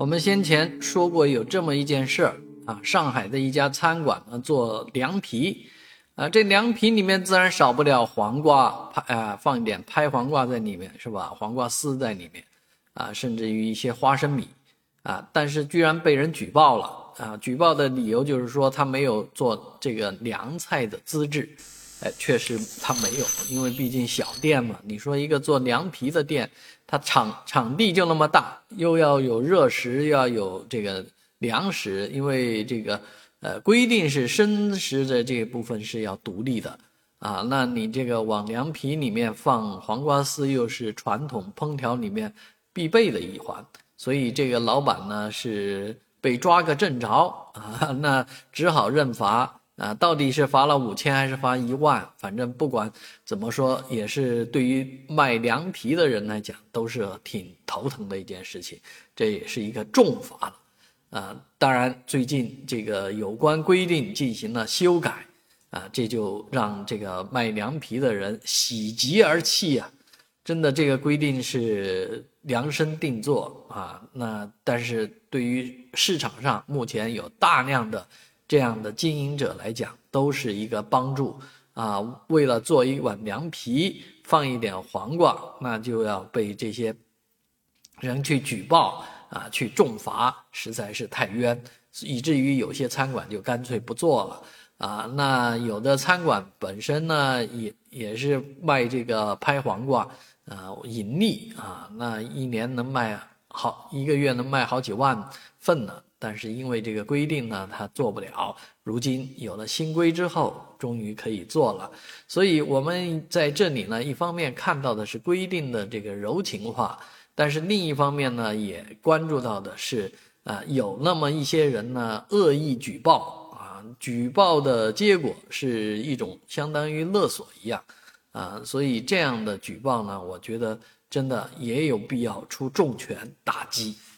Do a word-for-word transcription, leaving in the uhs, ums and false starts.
我们先前说过有这么一件事儿啊，上海的一家餐馆呢做凉皮啊，这凉皮里面自然少不了黄瓜，啊放一点拍黄瓜在里面是吧？黄瓜丝在里面啊，甚至于一些花生米啊，但是居然被人举报了啊！举报的理由就是说他没有做这个凉菜的资质。哎，确实他没有，因为毕竟小店嘛。你说一个做凉皮的店，它场场地就那么大，又要有热食，又要有这个凉食，因为这个呃规定是生食的这部分是要独立的啊。那你这个往凉皮里面放黄瓜丝，又是传统烹调里面必备的一环，所以这个老板呢是被抓个正着啊，那只好认罚。啊，到底是罚了五千还是罚一万？反正不管怎么说，也是对于卖凉皮的人来讲，都是挺头疼的一件事情。这也是一个重罚了。啊，当然最近这个有关规定进行了修改，啊，这就让这个卖凉皮的人喜极而泣啊！真的，这个规定是量身定做啊。那但是对于市场上目前有大量的这样的经营者来讲，都是一个帮助啊！为了做一碗凉皮，放一点黄瓜，那就要被这些人去举报啊，去重罚，实在是太冤，以至于有些餐馆就干脆不做了啊。那有的餐馆本身呢，也也是卖这个拍黄瓜啊，盈利啊，那一年能卖好，一个月能卖好几万份呢。但是因为这个规定呢，他做不了。如今有了新规之后，终于可以做了。所以我们在这里呢，一方面看到的是规定的这个柔情化，但是另一方面呢，也关注到的是，啊，有那么一些人呢，恶意举报啊，举报的结果是一种相当于勒索一样啊，所以这样的举报呢，我觉得真的也有必要出重拳打击。